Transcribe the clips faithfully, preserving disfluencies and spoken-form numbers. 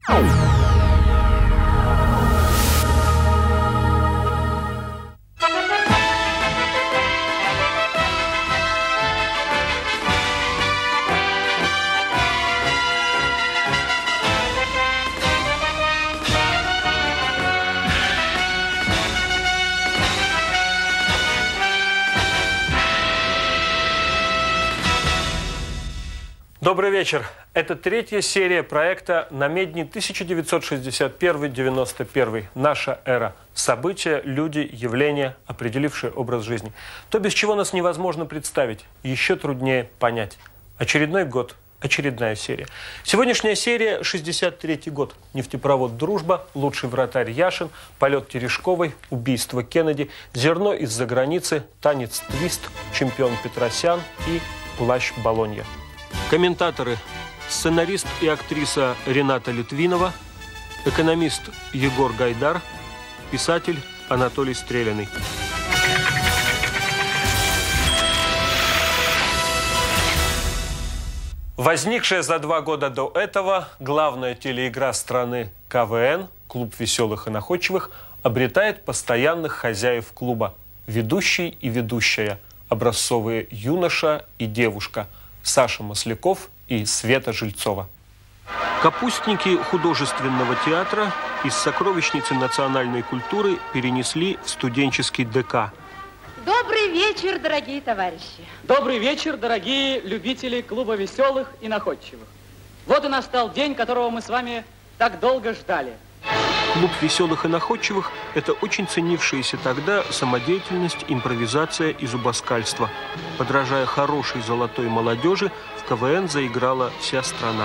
Добрый вечер. Это третья серия проекта «Намедни тысяча девятьсот шестьдесят первый — девяносто первый. Наша эра. События, люди, явления, определившие образ жизни». То, без чего нас невозможно представить, еще труднее понять. Очередной год, очередная серия. Сегодняшняя серия — шестьдесят третий год. Нефтепровод «Дружба», лучший вратарь Яшин, полет Терешковой, убийство Кеннеди, зерно из-за границы, танец твист, чемпион Петросян и плащ Болонья. Комментаторы: сценарист и актриса Рената Литвинова, экономист Егор Гайдар, писатель Анатолий Стреляный. Возникшая за два года до этого главная телеигра страны КВН «Клуб веселых и находчивых» обретает постоянных хозяев клуба. Ведущий и ведущая, образцовые юноша и девушка, Саша Масляков и Света Жильцова. Капустники художественного театра из сокровищницы национальной культуры перенесли в студенческий ДК. Добрый вечер, дорогие товарищи. Добрый вечер, дорогие любители клуба веселых и находчивых. Вот и настал день, которого мы с вами так долго ждали. Клуб веселых и находчивых – это очень ценившаяся тогда самодеятельность, импровизация и зубоскальство. Подражая хорошей золотой молодежи, в КВН заиграла вся страна.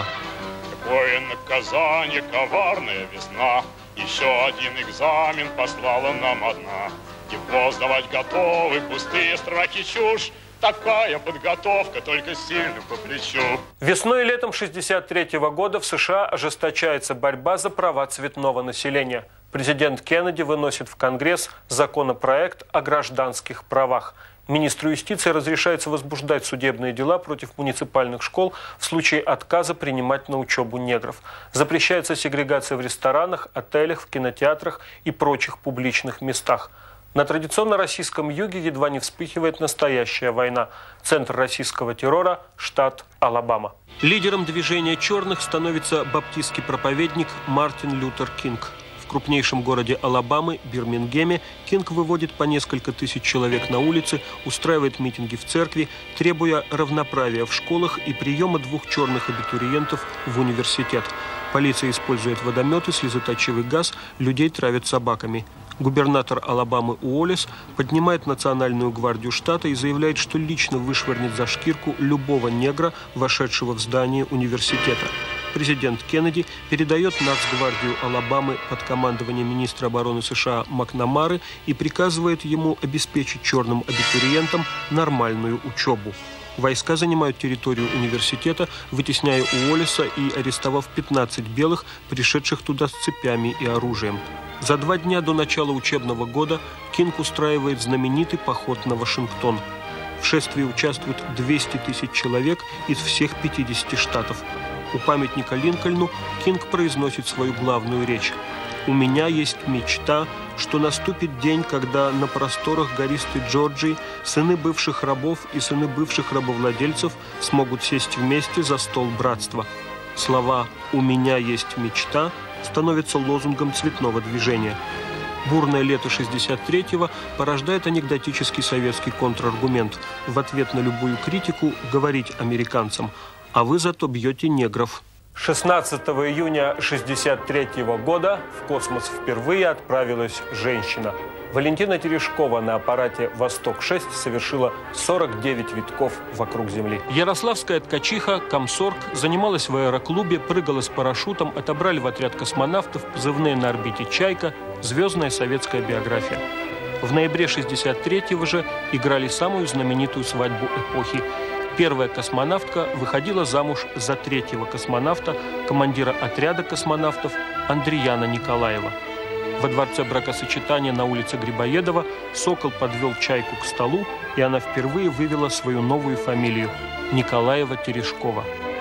Какое наказание, коварная весна, еще один экзамен послала нам одна. Тепло сдавать готовы, пустые строки чушь. Такая подготовка только сильно по плечу. Весной и летом шестьдесят третьего года в США ожесточается борьба за права цветного населения. Президент Кеннеди выносит в Конгресс законопроект о гражданских правах. Министру юстиции разрешается возбуждать судебные дела против муниципальных школ в случае отказа принимать на учебу негров. Запрещается сегрегация в ресторанах, отелях, в кинотеатрах и прочих публичных местах. На традиционно российском юге едва не вспыхивает настоящая война. Центр российского террора – штат Алабама. Лидером движения черных становится баптистский проповедник Мартин Лютер Кинг. В крупнейшем городе Алабамы, Бирмингеме, Кинг выводит по несколько тысяч человек на улицы, устраивает митинги в церкви, требуя равноправия в школах и приема двух черных абитуриентов в университет. Полиция использует водометы, слезоточивый газ, людей травят собаками. Губернатор Алабамы Уоллес поднимает национальную гвардию штата и заявляет, что лично вышвырнет за шкирку любого негра, вошедшего в здание университета. Президент Кеннеди передает нацгвардию Алабамы под командование министра обороны США Макнамары и приказывает ему обеспечить черным абитуриентам нормальную учебу. Войска занимают территорию университета, вытесняя Уоллеса и арестовав пятнадцать белых, пришедших туда с цепями и оружием. За два дня до начала учебного года Кинг устраивает знаменитый поход на Вашингтон. В шествии участвуют двести тысяч человек из всех пятидесяти штатов. У памятника Линкольну Кинг произносит свою главную речь. «У меня есть мечта, что наступит день, когда на просторах гористой Джорджии сыны бывших рабов и сыны бывших рабовладельцев смогут сесть вместе за стол братства». Слова «У меня есть мечта» становятся лозунгом цветного движения. Бурное лето шестьдесят третьего порождает анекдотический советский контраргумент. В ответ на любую критику говорить американцам: «А вы зато бьете негров». шестнадцатого июня шестьдесят третьего года в космос впервые отправилась женщина. Валентина Терешкова на аппарате «Восток шесть» совершила сорок девять витков вокруг Земли. Ярославская ткачиха, комсорг, занималась в аэроклубе, прыгала с парашютом, отобрали в отряд космонавтов, позывные на орбите «Чайка», звездная советская биография. В ноябре шестьдесят третьего же играли самую знаменитую свадьбу эпохи. Первая космонавтка выходила замуж за третьего космонавта, командира отряда космонавтов Андрияна Николаева. Во дворце бракосочетания на улице Грибоедова Сокол подвел Чайку к столу, и она впервые вывела свою новую фамилию – Николаева-Терешкова. В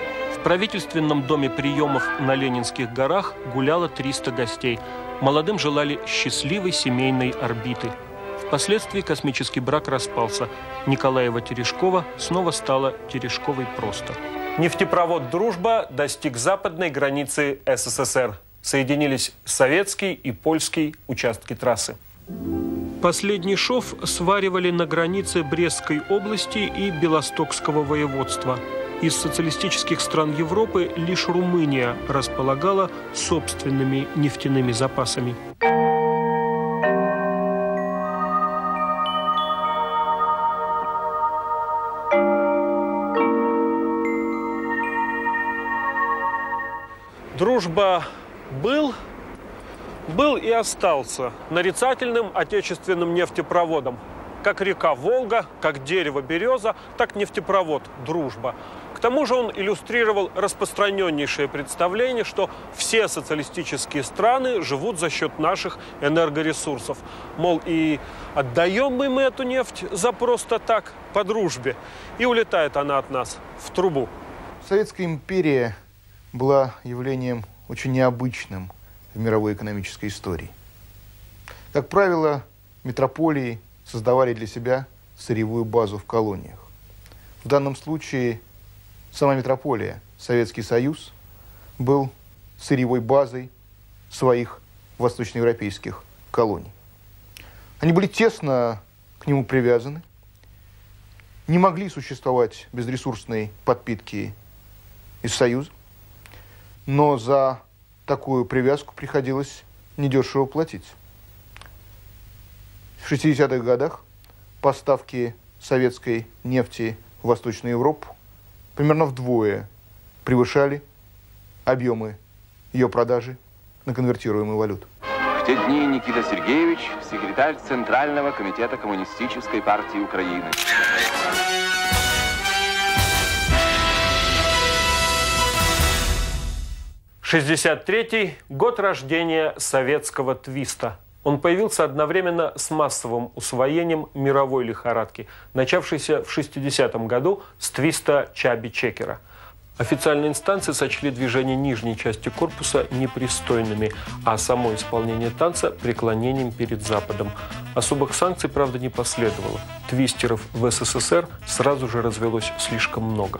правительственном доме приемов на Ленинских горах гуляло триста гостей. Молодым желали счастливой семейной орбиты. Впоследствии космический брак распался. Николаева Терешкова снова стала Терешковой просто. Нефтепровод «Дружба» достиг западной границы СССР. Соединились советский и польский участки трассы. Последний шов сваривали на границе Брестской области и Белостокского воеводства. Из социалистических стран Европы лишь Румыния располагала собственными нефтяными запасами. «Дружба» был, был и остался нарицательным отечественным нефтепроводом. Как река Волга, как дерево береза, так нефтепровод «Дружба». К тому же он иллюстрировал распространеннейшее представление, что все социалистические страны живут за счет наших энергоресурсов. Мол, и отдаем им эту нефть за просто так, по дружбе, и улетает она от нас в трубу. Советская империя была явлением очень необычным в мировой экономической истории. Как правило, метрополии создавали для себя сырьевую базу в колониях. В данном случае сама метрополия, Советский Союз, был сырьевой базой своих восточноевропейских колоний. Они были тесно к нему привязаны, не могли существовать без ресурсной подпитки из Союза, но за такую привязку приходилось недешево платить. В шестидесятых годах поставки советской нефти в Восточную Европу примерно вдвое превышали объемы ее продажи на конвертируемую валюту. В те дни Никита Сергеевич, секретарь Центрального комитета Коммунистической партии Украины. шестьдесят третий год рождения советского твиста. Он появился одновременно с массовым усвоением мировой лихорадки, начавшейся в шестидесятом году с твиста Чаби-Чекера. Официальные инстанции сочли движение нижней части корпуса непристойными, а само исполнение танца – преклонением перед Западом. Особых санкций, правда, не последовало. Твистеров в СССР сразу же развелось слишком много.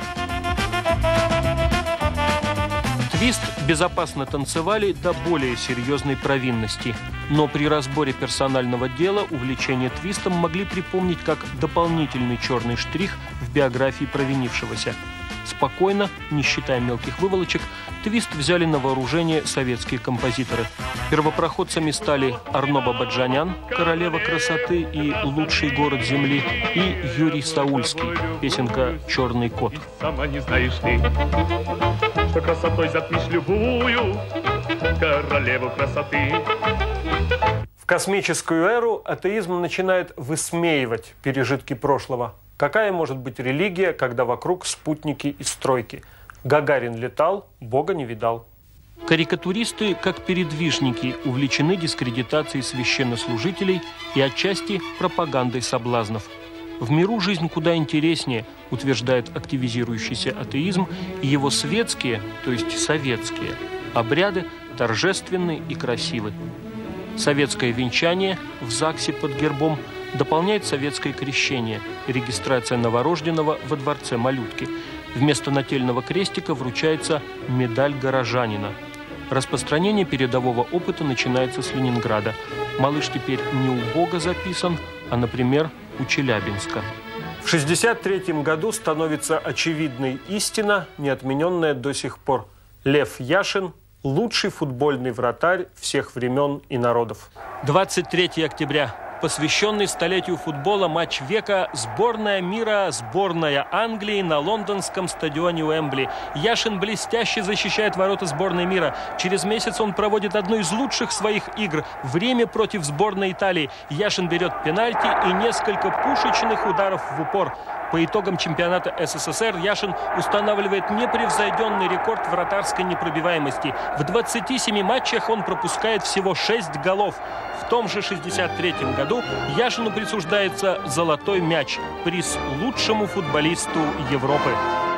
Твист безопасно танцевали до более серьезной провинности. Но при разборе персонального дела увлечение твистом могли припомнить как дополнительный черный штрих в биографии провинившегося. Спокойно, не считая мелких выволочек, твист взяли на вооружение советские композиторы. Первопроходцами стали Арно Бабаджанян, королева красоты и лучший город земли, и Юрий Саульский, песенка «Черный кот». Сама не знаешь ты, что красотой затмишь любую королеву красоты. В космическую эру атеизм начинает высмеивать пережитки прошлого. Какая может быть религия, когда вокруг спутники и стройки? Гагарин летал, Бога не видал. Карикатуристы, как передвижники, увлечены дискредитацией священнослужителей и отчасти пропагандой соблазнов. В миру жизнь куда интереснее, утверждает активизирующийся атеизм, и его светские, то есть советские, обряды торжественны и красивы. Советское венчание в ЗАГСе под гербом дополняет советское крещение, регистрация новорожденного во дворце малютки. Вместо нательного крестика вручается медаль горожанина. Распространение передового опыта начинается с Ленинграда. Малыш теперь не у Бога записан, а, например, у Челябинска. В шестьдесят третьем году становится очевидной истина, не отмененная до сих пор. Лев Яшин – лучший футбольный вратарь всех времен и народов. двадцать третьего октября. Посвященный столетию футбола матч века «Сборная мира, сборная Англии» на лондонском стадионе Уэмбли. Яшин блестяще защищает ворота сборной мира. Через месяц он проводит одну из лучших своих игр в Риме против сборной Италии. Яшин берет пенальти и несколько пушечных ударов в упор. По итогам чемпионата СССР Яшин устанавливает непревзойденный рекорд вратарской непробиваемости. В двадцати семи матчах он пропускает всего шесть голов. В том же шестьдесят третьем году Яшину присуждается «Золотой мяч» – приз лучшему футболисту Европы.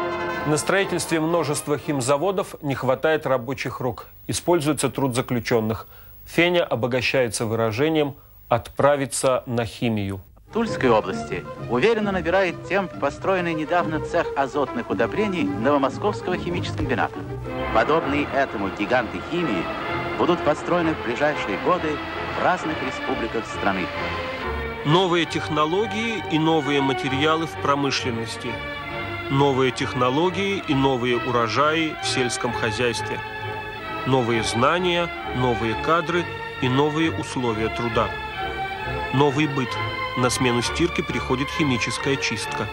На строительстве множества химзаводов не хватает рабочих рук. Используется труд заключенных. Феня обогащается выражением «отправиться на химию». В Тульской области уверенно набирает темп построенный недавно цех азотных удобрений Новомосковского химического комбината. Подобные этому гиганты химии будут построены в ближайшие годы в разных республиках страны. Новые технологии и новые материалы в промышленности. Новые технологии и новые урожаи в сельском хозяйстве. Новые знания, новые кадры и новые условия труда. Новый быт. На смену стирке приходит химическая чистка.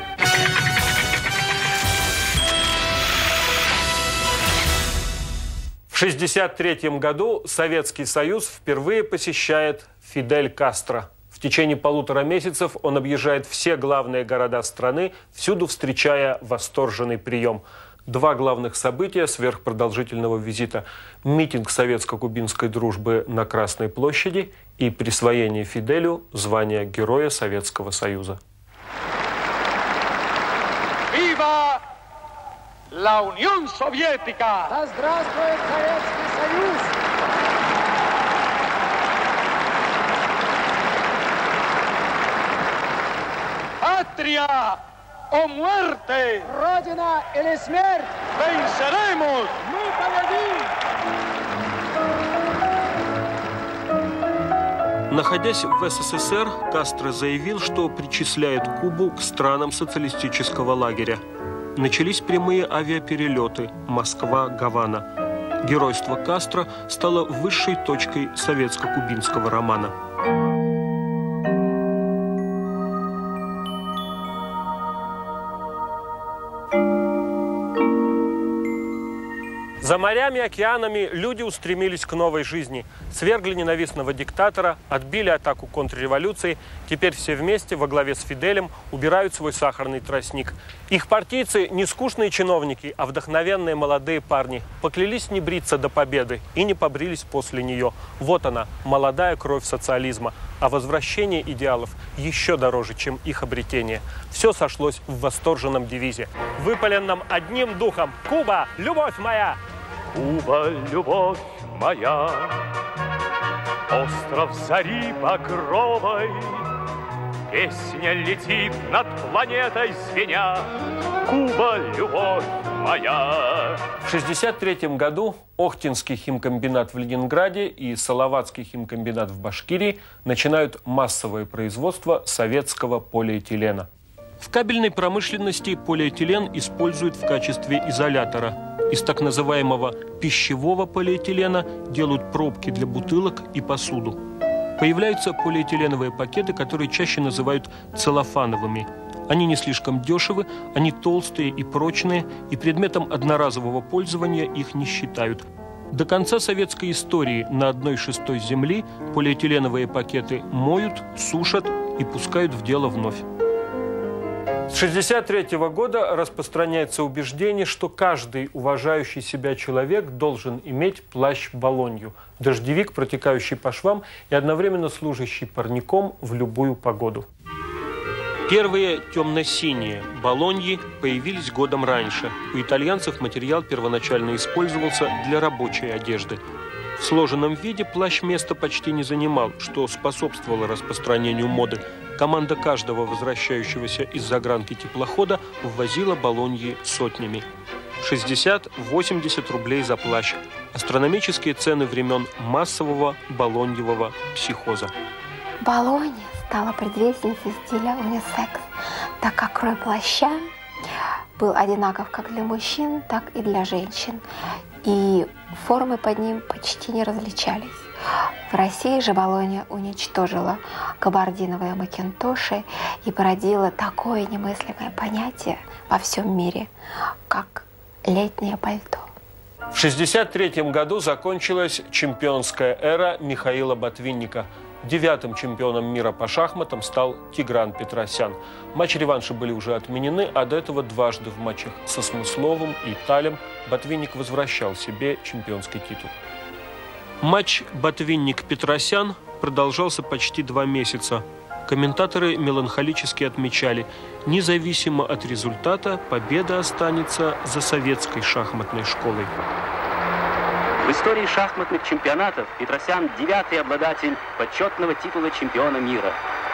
В шестьдесят третьем году Советский Союз впервые посещает Фидель Кастро. В течение полутора месяцев он объезжает все главные города страны, всюду встречая восторженный прием. Два главных события сверхпродолжительного визита – митинг советско-кубинской дружбы на Красной площади и присвоение Фиделю звания Героя Советского Союза. Viva la Unión Soviética! Да здравствует Советский Союз! Patria o muerte! Родина или смерть! Venceremos! Мы победим! Находясь в СССР, Кастро заявил, что причисляет Кубу к странам социалистического лагеря. Начались прямые авиаперелеты Москва-Гавана. Геройство Кастро стало высшей точкой советско-кубинского романа. За морями и океанами люди устремились к новой жизни. Свергли ненавистного диктатора, отбили атаку контрреволюции. Теперь все вместе во главе с Фиделем убирают свой сахарный тростник. Их партийцы не скучные чиновники, а вдохновенные молодые парни. Поклялись не бриться до победы и не побрились после нее. Вот она, молодая кровь социализма. А возвращение идеалов еще дороже, чем их обретение. Все сошлось в восторженном девизе, выпаленном одним духом: «Куба, любовь моя!» Куба, любовь моя, остров зари багровой, песня летит над планетой звеня. Куба, любовь моя. В шестьдесят третьем году Охтинский химкомбинат в Ленинграде и Салаватский химкомбинат в Башкирии начинают массовое производство советского полиэтилена. В кабельной промышленности полиэтилен используют в качестве изолятора. Из так называемого пищевого полиэтилена делают пробки для бутылок и посуду. Появляются полиэтиленовые пакеты, которые чаще называют целлофановыми. Они не слишком дешевы, они толстые и прочные, и предметом одноразового пользования их не считают. До конца советской истории на одной шестой земли полиэтиленовые пакеты моют, сушат и пускают в дело вновь. С шестьдесят третьего года распространяется убеждение, что каждый уважающий себя человек должен иметь плащ-болонью, дождевик, протекающий по швам и одновременно служащий парником в любую погоду. Первые темно-синие болоньи появились годом раньше. У итальянцев материал первоначально использовался для рабочей одежды. В сложенном виде плащ места почти не занимал, что способствовало распространению моды. Команда каждого возвращающегося из загранки теплохода ввозила болоньи сотнями. шестьдесят-восемьдесят рублей за плащ. Астрономические цены времен массового болоньевого психоза. Болонья стала предвестницей стиля унисекс, так как крой плаща был одинаков как для мужчин, так и для женщин. И формы под ним почти не различались. В России же болонья уничтожила габардиновые макинтоши и породила такое немыслимое понятие во всем мире, как летнее пальто. В шестьдесят третьем году закончилась чемпионская эра Михаила Ботвинника. Девятым чемпионом мира по шахматам стал Тигран Петросян. Матчи-реванши были уже отменены, а до этого дважды в матчах со Смысловым и Талем Ботвинник возвращал себе чемпионский титул. Матч Ботвинник-Петросян продолжался почти два месяца. комментаторы меланхолически отмечали, независимо от результата, победа останется за советской шахматной школой. В истории шахматных чемпионатов Петросян – девятый обладатель почетного титула чемпиона мира.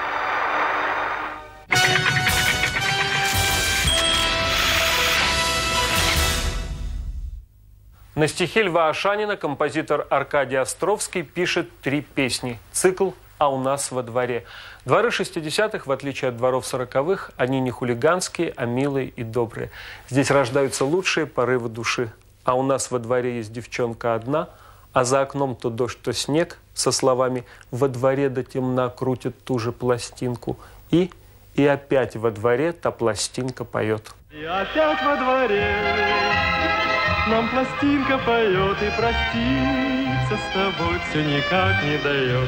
На стихи Льва Ашанина композитор Аркадий Островский пишет три песни. Цикл «А у нас во дворе». Дворы шестидесятых, в отличие от дворов сороковых, они не хулиганские, а милые и добрые. Здесь рождаются лучшие порывы души. А у нас во дворе есть девчонка одна, а за окном то дождь, то снег, со словами «во дворе до темна крутит ту же пластинку». И, и опять во дворе та пластинка поет. И опять во дворе нам пластинка поет, и проститься с тобой все никак не дает.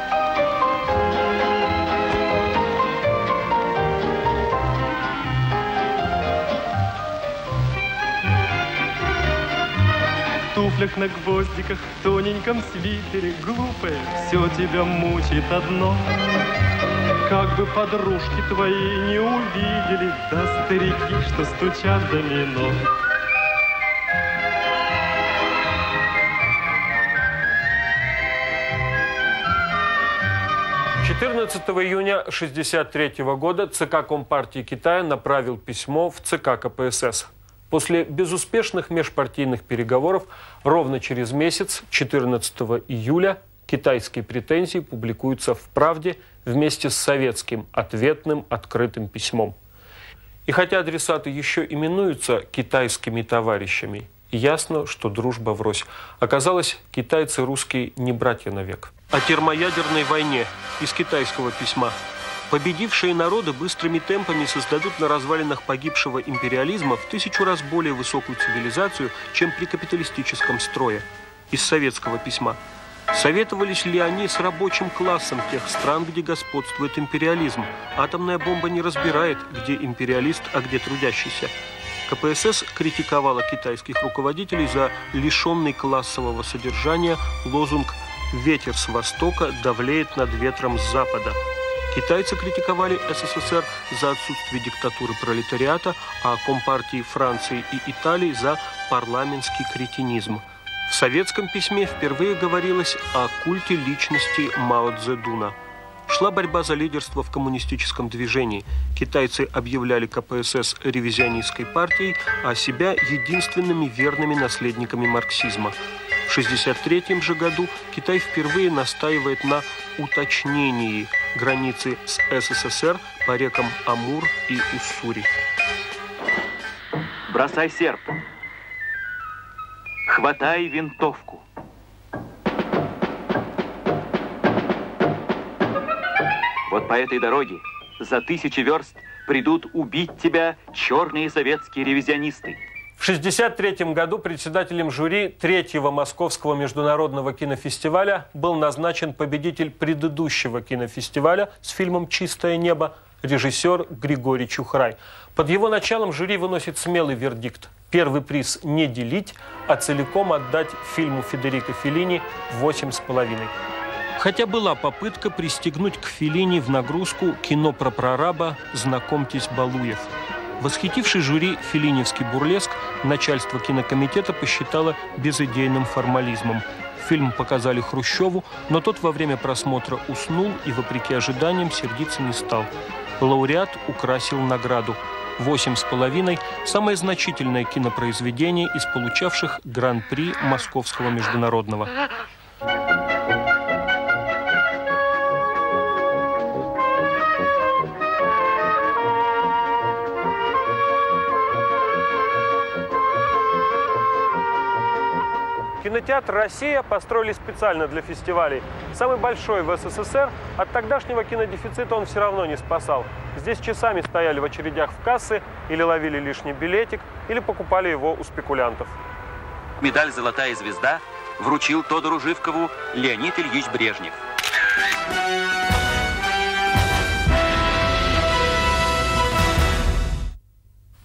В туфлях на гвоздиках, в тоненьком свитере, глупая, все тебя мучает одно. Как бы подружки твои не увидели, да старики, что стучат в домино. четырнадцатого июня тысяча девятьсот шестьдесят третьего года ЦК Компартии Китая направил письмо в ЦК КПСС. После безуспешных межпартийных переговоров ровно через месяц, четырнадцатого июля, китайские претензии публикуются в «Правде» вместе с советским ответным открытым письмом. И хотя адресаты еще именуются китайскими товарищами, ясно, что дружба врозь. Оказалось, китайцы русские не братья навек. О термоядерной войне из китайского письма. Победившие народы быстрыми темпами создадут на развалинах погибшего империализма в тысячу раз более высокую цивилизацию, чем при капиталистическом строе. Из советского письма. Советовались ли они с рабочим классом тех стран, где господствует империализм? Атомная бомба не разбирает, где империалист, а где трудящийся. КПСС критиковала китайских руководителей за лишенный классового содержания лозунг «Ветер с востока давлеет над ветром с запада». Китайцы критиковали СССР за отсутствие диктатуры пролетариата, а Компартии Франции и Италии за парламентский кретинизм. В советском письме впервые говорилось о культе личности Мао Цзэдуна. Шла борьба за лидерство в коммунистическом движении. Китайцы объявляли КПСС ревизионистской партией, а себя единственными верными наследниками марксизма. В шестьдесят третьем же году Китай впервые настаивает на уточнении границы с СССР по рекам Амур и Уссури. Бросай серп. Хватай винтовку. Вот по этой дороге за тысячи верст придут убить тебя черные советские ревизионисты. В шестьдесят третьем году председателем жюри третьего Московского международного кинофестиваля был назначен победитель предыдущего кинофестиваля с фильмом «Чистое небо» режиссер Григорий Чухрай. Под его началом жюри выносит смелый вердикт. Первый приз не делить, а целиком отдать фильму Федерико Феллини восемь с половиной. Хотя была попытка пристегнуть к Феллини в нагрузку кино про прораба «Знакомьтесь, Балуев». Восхитивший жюри феллиневский бурлеск начальство кинокомитета посчитало безыдейным формализмом. Фильм показали Хрущеву, но тот во время просмотра уснул и, вопреки ожиданиям, сердиться не стал. Лауреат украсил награду. «Восемь с половиной» – самое значительное кинопроизведение из получавших гран-при Московского международного. Кинотеатр «Россия» построили специально для фестивалей. Самый большой в СССР. От тогдашнего кинодефицита он все равно не спасал. Здесь часами стояли в очередях в кассы, или ловили лишний билетик, или покупали его у спекулянтов. Медаль «Золотая звезда» вручил Тодору Живкову Леонид Ильич Брежнев.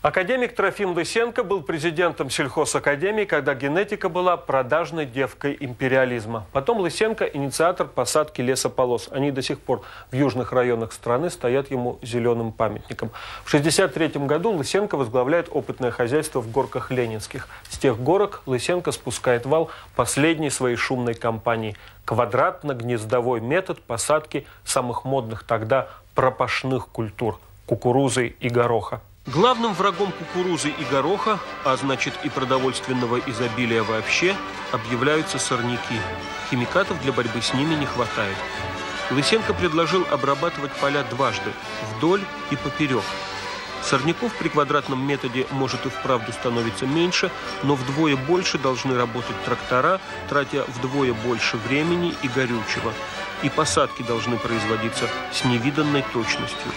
Академик Трофим Лысенко был президентом сельхозакадемии, когда генетика была продажной девкой империализма. Потом Лысенко – инициатор посадки лесополос. Они до сих пор в южных районах страны стоят ему зеленым памятником. В шестьдесят третьем году Лысенко возглавляет опытное хозяйство в Горках Ленинских. С тех горок Лысенко спускает вал последней своей шумной кампании – квадратно-гнездовой метод посадки самых модных тогда пропашных культур – кукурузы и гороха. Главным врагом кукурузы и гороха, а значит и продовольственного изобилия вообще, объявляются сорняки. Химикатов для борьбы с ними не хватает. Лысенко предложил обрабатывать поля дважды – вдоль и поперек. Сорняков при квадратном методе может и вправду становиться меньше, но вдвое больше должны работать трактора, тратя вдвое больше времени и горючего. И посадки должны производиться с невиданной точностью.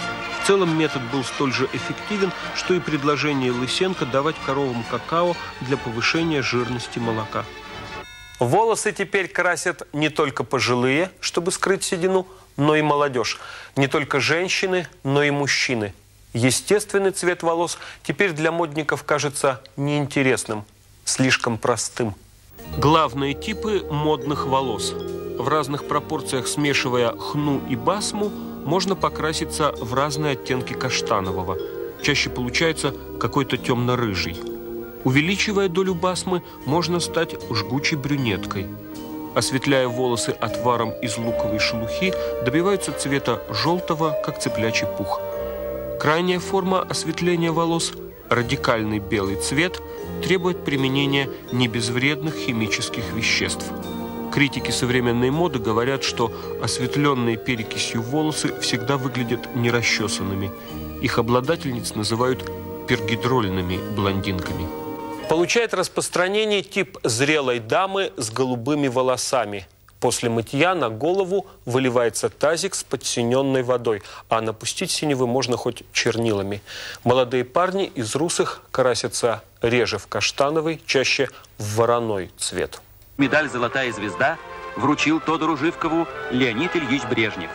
В целом метод был столь же эффективен, что и предложение Лысенко давать коровам какао для повышения жирности молока. Волосы теперь красят не только пожилые, чтобы скрыть седину, но и молодежь. Не только женщины, но и мужчины. Естественный цвет волос теперь для модников кажется неинтересным, слишком простым. Главные типы модных волос. В разных пропорциях смешивая хну и басму, можно покраситься в разные оттенки каштанового. Чаще получается какой-то темно-рыжий. Увеличивая долю басмы, можно стать жгучей брюнеткой. Осветляя волосы отваром из луковой шелухи, добиваются цвета желтого, как цыплячий пух. Крайняя форма осветления волос, радикальный белый цвет, требует применения небезвредных химических веществ. Критики современной моды говорят, что осветленные перекисью волосы всегда выглядят нерасчесанными. Их обладательниц называют пергидрольными блондинками. Получает распространение тип зрелой дамы с голубыми волосами. После мытья на голову выливается тазик с подсиненной водой, а напустить синевы можно хоть чернилами. Молодые парни из русых красятся реже в каштановый, чаще в вороной цвет. Медаль «Золотая звезда» вручил Тодору Живкову Леонид Ильич Брежнев.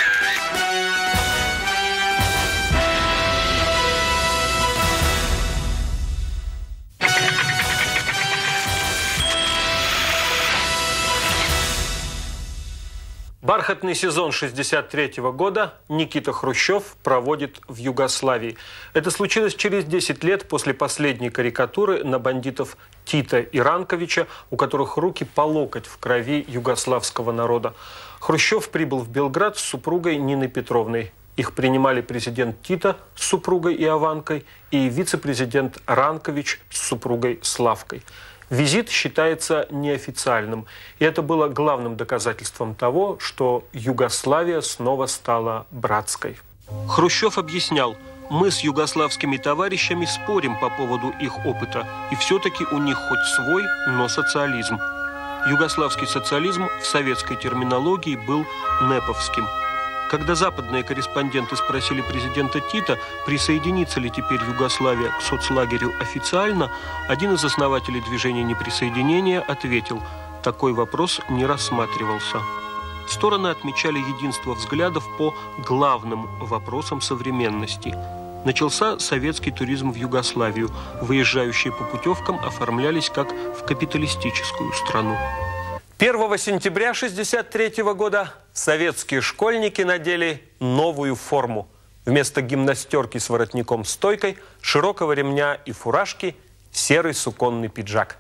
Бархатный сезон шестьдесят третьего года Никита Хрущев проводит в Югославии. Это случилось через десять лет после последней карикатуры на бандитов Тита и Ранковича, у которых руки по локоть в крови югославского народа. Хрущев прибыл в Белград с супругой Ниной Петровной. Их принимали президент Тита с супругой Иованкой и вице-президент Ранкович с супругой Славкой. Визит считается неофициальным, и это было главным доказательством того, что Югославия снова стала братской. Хрущев объяснял: мы с югославскими товарищами спорим по поводу их опыта, и все-таки у них хоть свой, но социализм. Югославский социализм в советской терминологии был неповским. Когда западные корреспонденты спросили президента Тита, присоединится ли теперь Югославия к соцлагерю официально, один из основателей движения неприсоединения ответил: такой вопрос не рассматривался. Стороны отмечали единство взглядов по главным вопросам современности. Начался советский туризм в Югославию. Выезжающие по путевкам оформлялись как в капиталистическую страну. первого сентября шестьдесят третьего года советские школьники надели новую форму. Вместо гимнастерки с воротником-стойкой, широкого ремня и фуражки – серый суконный пиджак.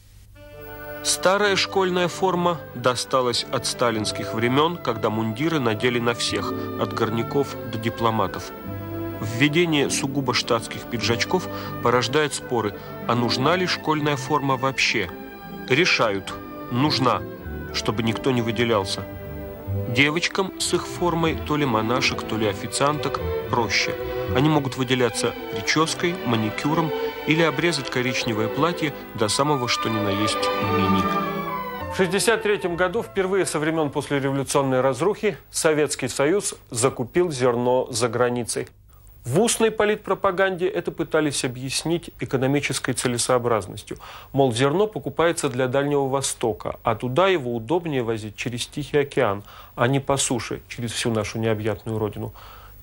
Старая школьная форма досталась от сталинских времен, когда мундиры надели на всех, от горняков до дипломатов. Введение сугубо штатских пиджачков порождает споры, а нужна ли школьная форма вообще? Решают – нужна, чтобы никто не выделялся. Девочкам с их формой, то ли монашек, то ли официанток, проще. Они могут выделяться прической, маникюром или обрезать коричневое платье до самого что ни на есть мини. В шестьдесят третьем году, впервые со времен послереволюционной разрухи, Советский Союз закупил зерно за границей. В устной политпропаганде это пытались объяснить экономической целесообразностью. Мол, зерно покупается для Дальнего Востока, а туда его удобнее возить через Тихий океан, а не по суше через всю нашу необъятную родину.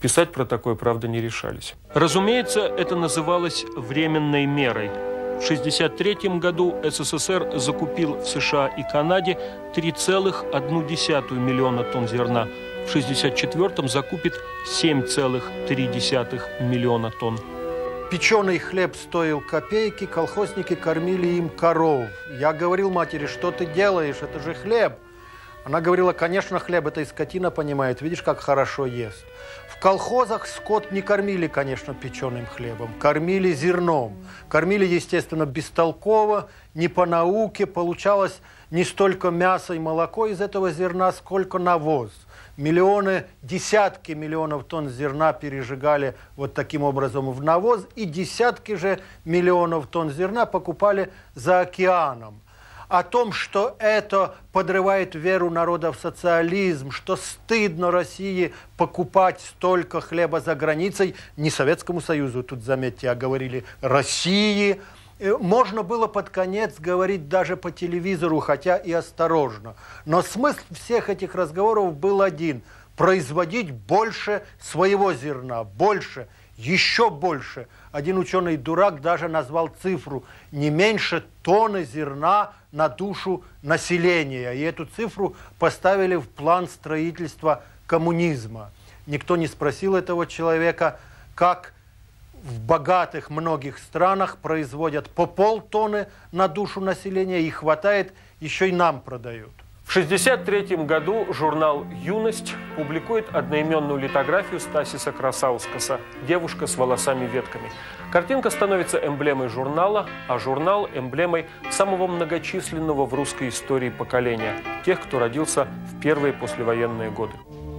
Писать про такое, правда, не решались. Разумеется, это называлось временной мерой. В тысяча девятьсот шестьдесят третьем году СССР закупил в США и Канаде три целых одну десятую миллиона тонн зерна. В тысяча девятьсот шестьдесят четвёртом закупит семь целых три десятых миллиона тонн. Печеный хлеб стоил копейки, колхозники кормили им коров. Я говорил матери, что ты делаешь, это же хлеб. Она говорила, конечно, хлеб, это и скотина понимает, видишь, как хорошо ест. В колхозах скот не кормили, конечно, печеным хлебом, кормили зерном. Кормили, естественно, бестолково, не по науке, получалось не столько мясо и молоко из этого зерна, сколько навоз. Миллионы, десятки миллионов тонн зерна пережигали вот таким образом в навоз, и десятки же миллионов тонн зерна покупали за океаном. О том, что это подрывает веру народа в социализм, что стыдно России покупать столько хлеба за границей, не Советскому Союзу, тут, заметьте, а говорили России, можно было под конец говорить даже по телевизору, хотя и осторожно. Но смысл всех этих разговоров был один – производить больше своего зерна, больше, еще больше. Один ученый-дурак даже назвал цифру – не меньше тонны зерна на душу населения. И эту цифру поставили в план строительства коммунизма. Никто не спросил этого человека, как в богатых многих странах производят по полтонны на душу населения, и хватает, еще и нам продают. В тысяча девятьсот шестьдесят третьем году журнал «Юность» публикует одноименную литографию Стасиса Красаускаса «Девушка с волосами-ветками». Картинка становится эмблемой журнала, а журнал – эмблемой самого многочисленного в русской истории поколения – тех, кто родился в первые послевоенные годы.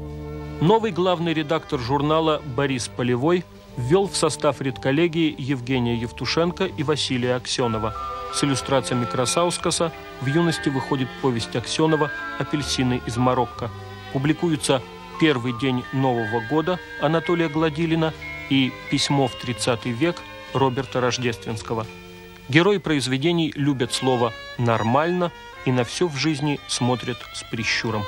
Новый главный редактор журнала Борис Полевой ввел в состав редколлегии Евгения Евтушенко и Василия Аксенова. С иллюстрациями Красаускаса в «Юности» выходит повесть Аксенова «Апельсины из Марокко». Публикуются «Первый день Нового года» Анатолия Гладилина и «Письмо в тридцатый век» Роберта Рождественского. Герои произведений любят слово «нормально» и на все в жизни смотрят с прищуром.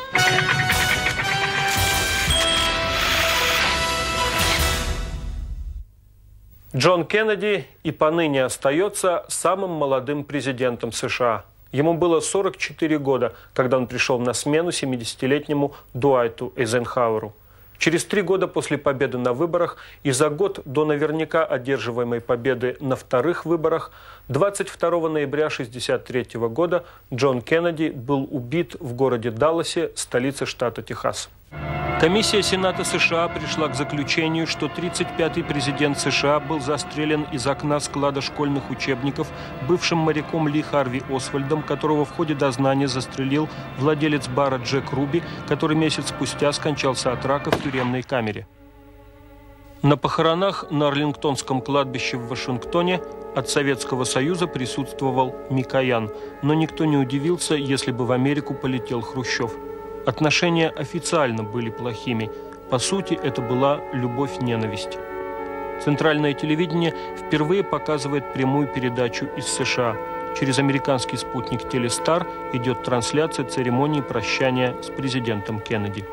Джон Кеннеди и поныне остается самым молодым президентом США. Ему было сорок четыре года, когда он пришел на смену семидесятилетнему Дуайту Эйзенхауэру. Через три года после победы на выборах и за год до наверняка одерживаемой победы на вторых выборах, двадцать второго ноября тысяча девятьсот шестьдесят третьего года Джон Кеннеди был убит в городе Далласе, столице штата Техас. Комиссия Сената США пришла к заключению, что тридцать пятый президент США был застрелен из окна склада школьных учебников бывшим моряком Ли Харви Освальдом, которого в ходе дознания застрелил владелец бара Джек Руби, который месяц спустя скончался от рака в тюремной камере. На похоронах на Арлингтонском кладбище в Вашингтоне от Советского Союза присутствовал Микоян, но никто не удивился, если бы в Америку полетел Хрущев. Отношения официально были плохими. По сути, это была любовь-ненависть. Центральное телевидение впервые показывает прямую передачу из США. Через американский спутник Телестар идет трансляция церемонии прощания с президентом Кеннеди.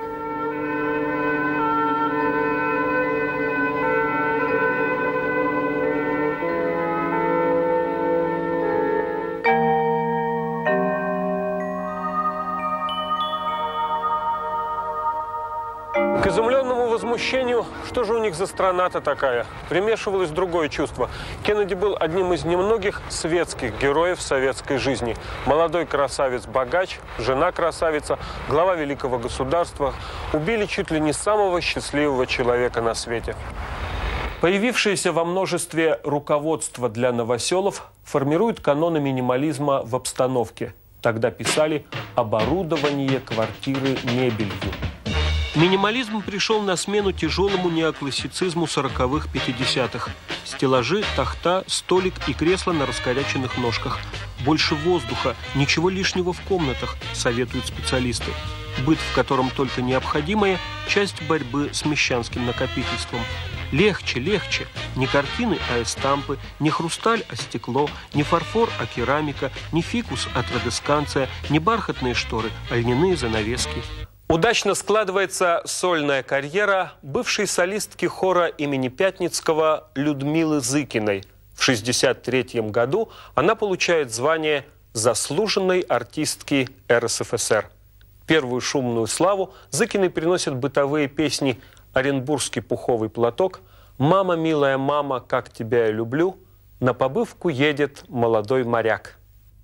К изумленному возмущению, что же у них за страна-то такая, примешивалось другое чувство. Кеннеди был одним из немногих светских героев советской жизни. Молодой красавец-богач, жена-красавица, глава великого государства убили чуть ли не самого счастливого человека на свете. Появившееся во множестве руководство для новоселов формирует каноны минимализма в обстановке. Тогда писали «оборудование квартиры мебелью». Минимализм пришел на смену тяжелому неоклассицизму сороковых-пятидесятых. Стеллажи, тахта, столик и кресло на раскоряченных ножках. Больше воздуха, ничего лишнего в комнатах, советуют специалисты. Быт, в котором только необходимое, часть борьбы с мещанским накопительством. Легче, легче. Не картины, а эстампы, не хрусталь, а стекло, не фарфор, а керамика, не фикус, а традесканция, не бархатные шторы, а льняные занавески. Удачно складывается сольная карьера бывшей солистки хора имени Пятницкого Людмилы Зыкиной. В шестьдесят третьем году она получает звание заслуженной артистки эр эс эф эс эр. Первую шумную славу Зыкиной приносят бытовые песни «Оренбургский пуховый платок», «Мама, милая мама, как тебя я люблю», «На побывку едет молодой моряк».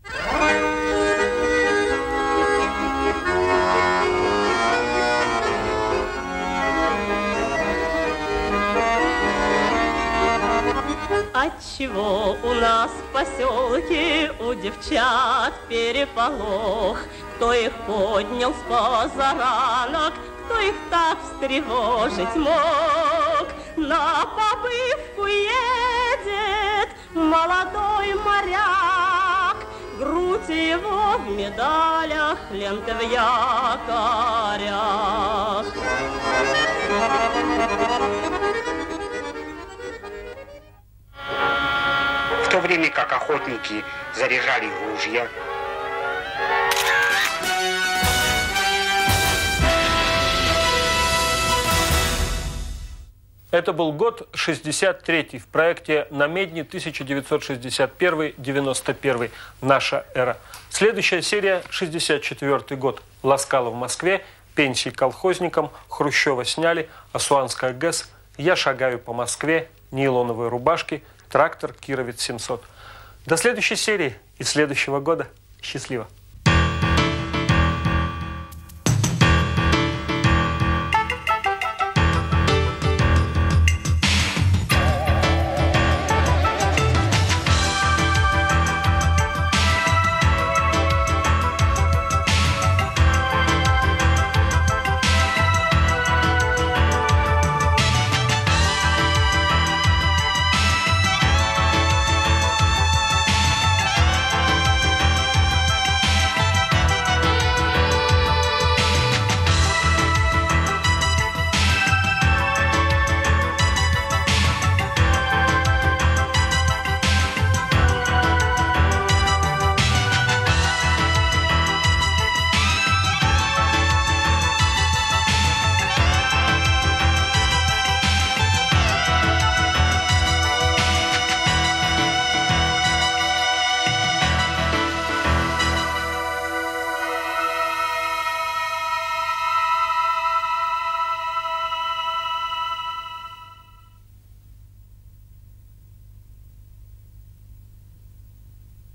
Отчего у нас в поселке у девчат переполох? Кто их поднял с позаранок, кто их так встревожить мог? На побывку едет молодой моряк, грудь его в медалях, ленты в якорях. В то время как охотники заряжали ружья, это был год шестьдесят третий в проекте «Намедни» тысяча девятьсот шестьдесят первый — девяносто первый. Наша эра. Следующая серия — шестьдесят четвёртый год. Ласкало в Москве, пенсии колхозникам, Хрущева сняли, Асуанская ГЭС, Я шагаю по Москве, нейлоновые рубашки, трактор Кировец семьсот. До следующей серии и следующего года. Счастливо!